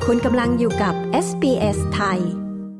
คุณกำลังอยู่กับ SBS ไทย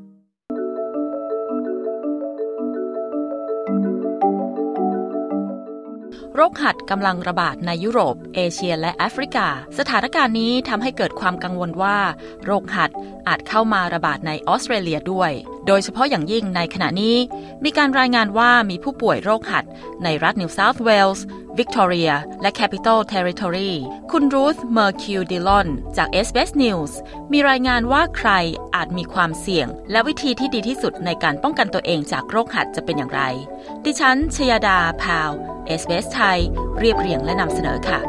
โรคหัดกำลังระบาดในยุโรปเอเชียและแอฟริกาสถานการณ์นี้ทำให้เกิดความกังวลว่าโรคหัดอาจเข้ามาระบาดในออสเตรเลียด้วยโดยเฉพาะอย่างยิ่งในขณะนี้มีการรายงานว่ามีผู้ป่วยโรคหัดในรัฐนิวเซาท์เวลส์วิกตอเรียและแคปิตอลเทริทอรีคุณรูธเมอร์คิวดิลอนจาก SBS News มีรายงานว่าใครอาจมีความเสี่ยงและวิธีที่ดีที่สุดในการป้องกันตัวเองจากโรคหัดจะเป็นอย่างไรดิฉันชยดาพาว SBS ไทยเรียบเรียงและนำเสนอค่ะ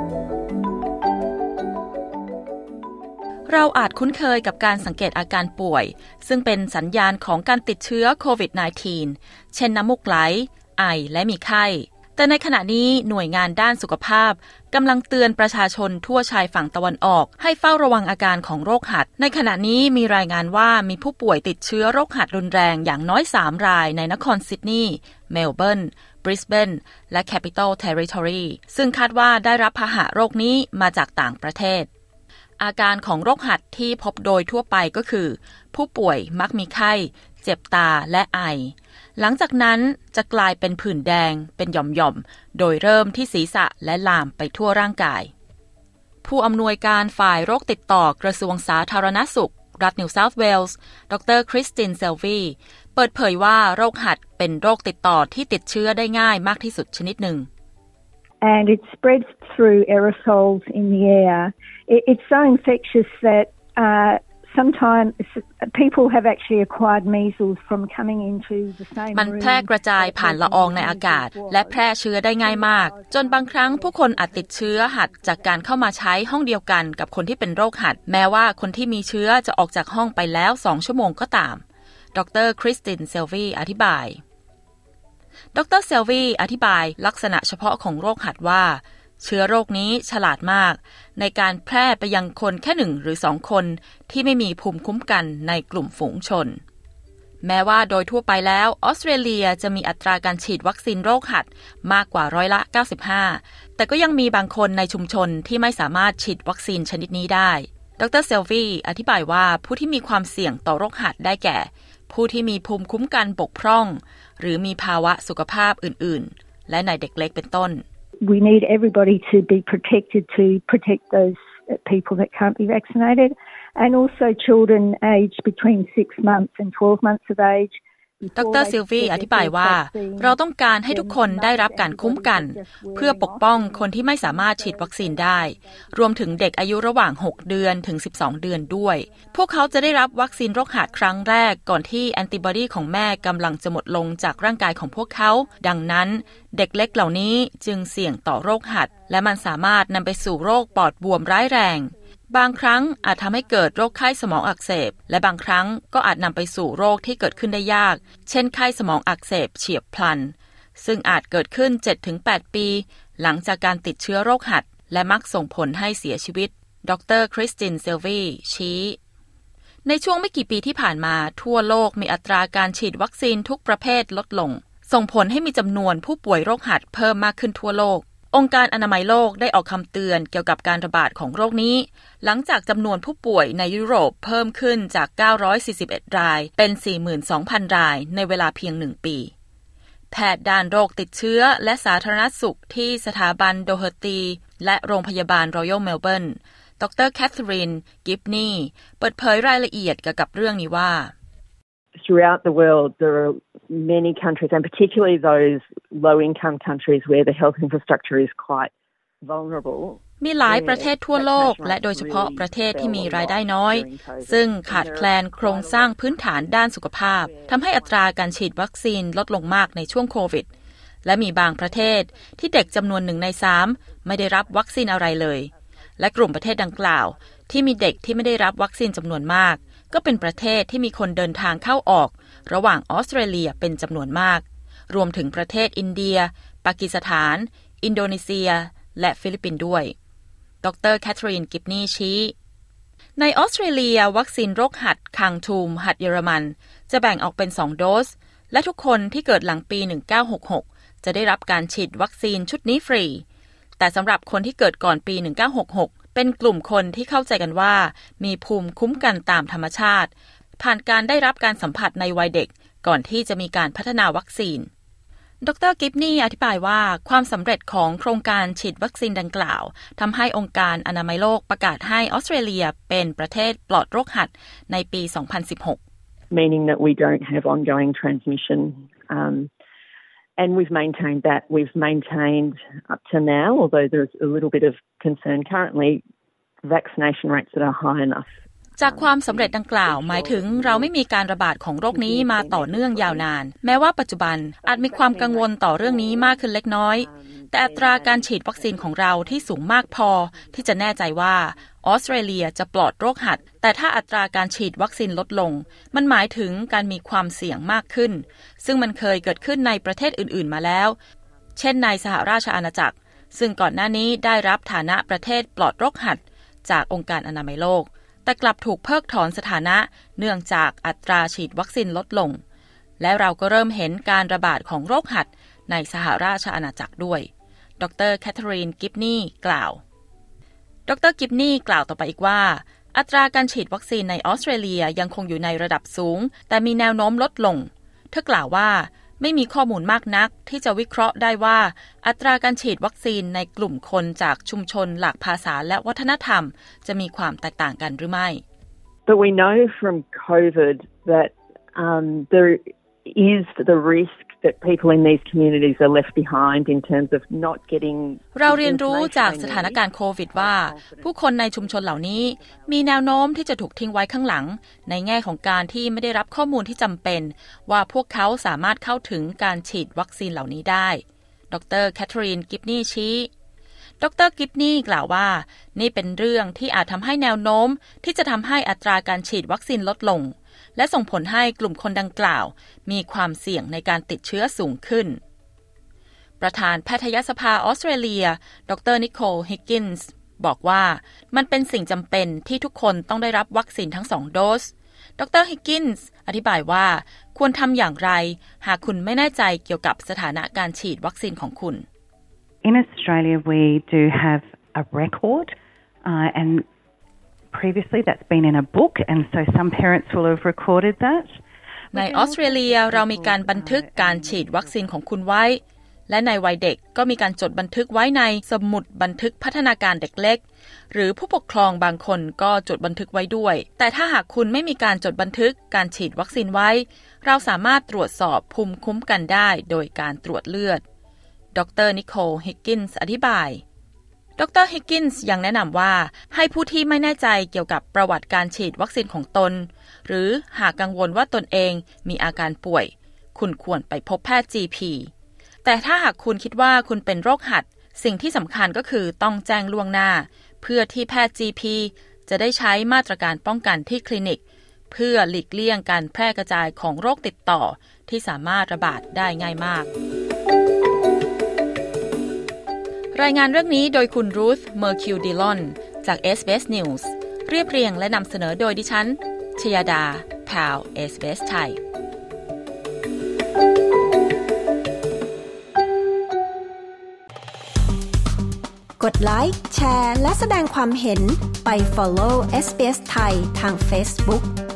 เราอาจคุ้นเคยกับการสังเกตอาการป่วยซึ่งเป็นสัญญาณของการติดเชื้อโควิด -19 เช่นน้ำมูกไหลไอและมีไข้แต่ในขณะนี้หน่วยงานด้านสุขภาพกำลังเตือนประชาชนทั่วชายฝั่งตะวันออกให้เฝ้าระวังอาการของโรคหัดในขณะนี้มีรายงานว่ามีผู้ป่วยติดเชื้อโรคหัดรุนแรงอย่างน้อย3รายในนครซิดนีย์เมลเบิร์นบริสเบนและแคปิตอลเทริทอรีซึ่งคาดว่าได้รับพาหะโรคนี้มาจากต่างประเทศอาการของโรคหัดที่พบโดยทั่วไปก็คือผู้ป่วยมักมีไข้เจ็บตาและไอหลังจากนั้นจะกลายเป็นผื่นแดงเป็นหย่อมๆโดยเริ่มที่ศีรษะและลามไปทั่วร่างกายผู้อำนวยการฝ่ายโรคติดต่อกระทรวงสาธารณสุขรัฐนิวเซาท์เวลส์ดร.คริสตินเซลวีเปิดเผยว่าโรคหัดเป็นโรคติดต่อที่ติดเชื้อได้ง่ายมากที่สุดชนิดหนึ่ง And it spreads through aerosols in the air. It's so infectious that sometimes people have actually acquired measles from coming into the same room. มันแพร่กระจายผ่านละอองในอากาศและแพร่เชื้อได้ง่ายมากจนบางครั้งผู้คนอาจติดเชื้อหัดจากการเข้ามาใช้ห้องเดียวกันกับคนที่เป็นโรคหัดแม้ว่าคนที่มีเชื้อจะออกจากห้องไปแล้ว2 ชั่วโมงก็ตามดร.คริสตินเซลวีอธิบายดร.เซลวีอธิบายลักษณะเฉพาะของโรคหัดว่าเชื้อโรคนี้ฉลาดมากในการแพร่ไปยังคนแค่1 หรือ 2 คนที่ไม่มีภูมิคุ้มกันในกลุ่มฝูงชนแม้ว่าโดยทั่วไปแล้วออสเตรเลียจะมีอัตราการฉีดวัคซีนโรคหัดมากกว่า95%แต่ก็ยังมีบางคนในชุมชนที่ไม่สามารถฉีดวัคซีนชนิดนี้ได้ดร.เซลวีอธิบายว่าผู้ที่มีความเสี่ยงต่อโรคหัดได้แก่ผู้ที่มีภูมิคุ้มกันบกพร่องหรือมีภาวะสุขภาพอื่นๆและในเด็กเล็กเป็นต้น We need everybody to be protected to protect those people that can't be vaccinated and also children aged between 6 months and 12 months of age ดร.ซิลวีอธิบายว่าเราต้องการให้ทุกคนได้รับการคุ้มกันเพื่อปกป้องคนที่ไม่สามารถฉีดวัคซีนได้รวมถึงเด็กอายุระหว่าง6 เดือนถึง12 เดือนด้วยพวกเขาจะได้รับวัคซีนโรคหัดครั้งแรกก่อนที่แอนติบอดีของแม่กำลังจะหมดลงจากร่างกายของพวกเขาดังนั้นเด็กเล็กเหล่านี้จึงเสี่ยงต่อโรคหัดและมันสามารถนำไปสู่โรคปอดบวมร้ายแรงบางครั้งอาจทำให้เกิดโรคไข้สมองอักเสบและบางครั้งก็อาจนำไปสู่โรคที่เกิดขึ้นได้ยากเช่นไข้สมองอักเสบเฉียบพลันซึ่งอาจเกิดขึ้น 7-8 ปีหลังจากการติดเชื้อโรคหัดและมักส่งผลให้เสียชีวิตดร.คริสตินเซลวีชี้ในช่วงไม่กี่ปีที่ผ่านมาทั่วโลกมีอัตราการฉีดวัคซีนทุกประเภทลดลงส่งผลให้มีจำนวนผู้ป่วยโรคหัดเพิ่มมากขึ้นทั่วโลกองค์การอนามัยโลกได้ออกคำเตือนเกี่ยวกับการระบาดของโรคนี้หลังจากจำนวนผู้ป่วยในยุโรปเพิ่มขึ้นจาก941รายเป็น 42,000 รายในเวลาเพียง1 ปีแพทย์ด้านโรคติดเชื้อและสาธารณสุขที่สถาบันโดเฮอร์ตีและโรงพยาบาลรอยัลเมลเบิร์นดร.แคทเธอรีนกิฟนีเปิดเผยรายละเอียดเกี่ยวกับเรื่องนี้ว่า Throughout the world, there are many countries, and particularly those low-income countries where the health infrastructure is quite vulnerable. มีหลายประเทศทั่วโลกและโดยเฉพาะประเทศที่มีรายได้น้อยซึ่งขาดแคลนโครงสร้างพื้นฐานด้านสุขภาพทำให้อัตราการฉีดวัคซีนลดลงมากในช่วงโควิดและมีบางประเทศที่เด็กจำนวน1 ใน 3ไม่ได้รับวัคซีนอะไรเลยและกลุ่มประเทศดังกล่าวที่มีเด็กที่ไม่ได้รับวัคซีนจำนวนมากก็เป็นประเทศที่มีคนเดินทางเข้าออกระหว่างออสเตรเลียเป็นจำนวนมากรวมถึงประเทศอินเดียปากีสถานอินโดนีเซียและฟิลิปปินส์ด้วยดร.แคทเธอรีนกิฟนีชี้ในออสเตรเลียวัคซีนโรคหัดคังทูมหัดเยอรมันจะแบ่งออกเป็น2 โดสและทุกคนที่เกิดหลังปี1966จะได้รับการฉีดวัคซีนชุดนี้ฟรีแต่สำหรับคนที่เกิดก่อนปี1966 เป็นกลุ่มคนที่เข้าใจกันว่ามีภูมิคุ้มกันตามธรรมชาติผ่านการได้รับการสัมผัสในวัยเด็กก่อนที่จะมีการพัฒนาวัคซีนดร.กิฟนี่อธิบายว่าความสำเร็จของโครงการฉีดวัคซีนดังกล่าวทำให้องค์การอนามัยโลกประกาศให้ออสเตรเลียเป็นประเทศปลอดโรคหัดในปี 2016 meaning that we don't have ongoing transmission and we've maintained up to now although there's a little bit of concern currently vaccination rates that are high enough จากความสำเร็จดังกล่าวหมายถึงเราไม่มีการระบาดของโรคนี้มาต่อเนื่องยาวนานแม้ว่าปัจจุบันอาจมีความกังวลต่อเรื่องนี้มากขึ้นเล็กน้อยแต่อัตราการฉีดวัคซีนของเราที่สูงมากพอที่จะแน่ใจว่าออสเตรเลียจะปลอดโรคหัดแต่ถ้าอัตราการฉีดวัคซีนลดลงมันหมายถึงการมีความเสี่ยงมากขึ้นซึ่งมันเคยเกิดขึ้นในประเทศอื่นๆมาแล้วเช่นในสหราชอาณาจักรซึ่งก่อนหน้านี้ได้รับฐานะประเทศปลอดโรคหัดจากองค์การอนามัยโลกแต่กลับถูกเพิกถอนสถานะเนื่องจากอัตราฉีดวัคซีนลดลงและเราก็เริ่มเห็นการระบาดของโรคหัดในสหราชอาณาจักรด้วยดร.แคทเธอรีน กิฟนี่กล่าวดร.กิฟนี่กล่าวต่อไปอีกว่าอัตราการฉีดวัคซีนในออสเตรเลียยังคงอยู่ในระดับสูงแต่มีแนวโน้มลดลงเธอกล่าวว่าไม่มีข้อมูลมากนักที่จะวิเคราะห์ได้ว่าอัตราการฉีดวัคซีนในกลุ่มคนจากชุมชนหลากภาษาและวัฒนธรรมจะมีความแตกต่างกันหรือไม่ But we know from COVID that there is the risk that people in these communities are left behind in terms of not getting เราเรียนรู้จากสถานการณ์โควิดว่าผู้คนในชุมชนเหล่านี้มีแนวโน้มที่จะถูกทิ้งไว้ข้างหลังในแง่ของการที่ไม่ได้รับข้อมูลที่จำเป็นว่าพวกเขาสามารถเข้าถึงการฉีดวัคซีนเหล่านี้ได้ดร.แคทเธอรีน กิฟนี่ชี้ดร.กิฟนี่กล่าวว่านี่เป็นเรื่องที่อาจทำให้แนวโน้มที่จะทำให้อัตราการฉีดวัคซีนลดลงและส่งผลให้กลุ่มคนดังกล่าวมีความเสี่ยงในการติดเชื้อสูงขึ้นประธานแพทยสภาออสเตรเลียดร.นิโคล ฮิกกินส์บอกว่ามันเป็นสิ่งจำเป็นที่ทุกคนต้องได้รับวัคซีนทั้ง2โดสดร.ฮิกกินส์อธิบายว่าควรทำอย่างไรหากคุณไม่แน่ใจเกี่ยวกับสถานะการฉีดวัคซีนของคุณ In Australia we do have a record and previously that's been in a book and so some parents will have recorded that ในออสเตรเลียเรามีการบันทึกการฉีดวัคซีนของคุณไว้และในวัยเด็กก็มีการจดบันทึกไว้ในสมุดบันทึกพัฒนาการเด็กเล็กหรือผู้ปกครองบางคนก็จดบันทึกไว้ด้วยแต่ถ้าหากคุณไม่มีการจดบันทึกการฉีดวัคซีนไว้เราสามารถตรวจสอบภูมิคุ้มกันได้โดยการตรวจเลือดดร.นิโคล ฮิกกินส์อธิบายดร.ฮิกกินส์ยังแนะนำว่าให้ผู้ที่ไม่แน่ใจเกี่ยวกับประวัติการฉีดวัคซีนของตนหรือหากกังวลว่าตนเองมีอาการป่วยคุณควรไปพบแพทย์ GP แต่ถ้าหากคุณคิดว่าคุณเป็นโรคหัดสิ่งที่สำคัญก็คือต้องแจ้งล่วงหน้าเพื่อที่แพทย์ GP จะได้ใช้มาตรการป้องกันที่คลินิกเพื่อหลีกเลี่ยงการแพร่กระจายของโรคติดต่อที่สามารถระบาดได้ง่ายมากรายงานเรื่องนี้โดยคุณรูธ เมอร์คิวดิลอนจาก SBS News เรียบเรียงและนำเสนอโดยดิฉันชยดาพาว SBS ไทยกดไลค์แชร์และแสดงความเห็นไป follow SBS ไทยทาง Facebook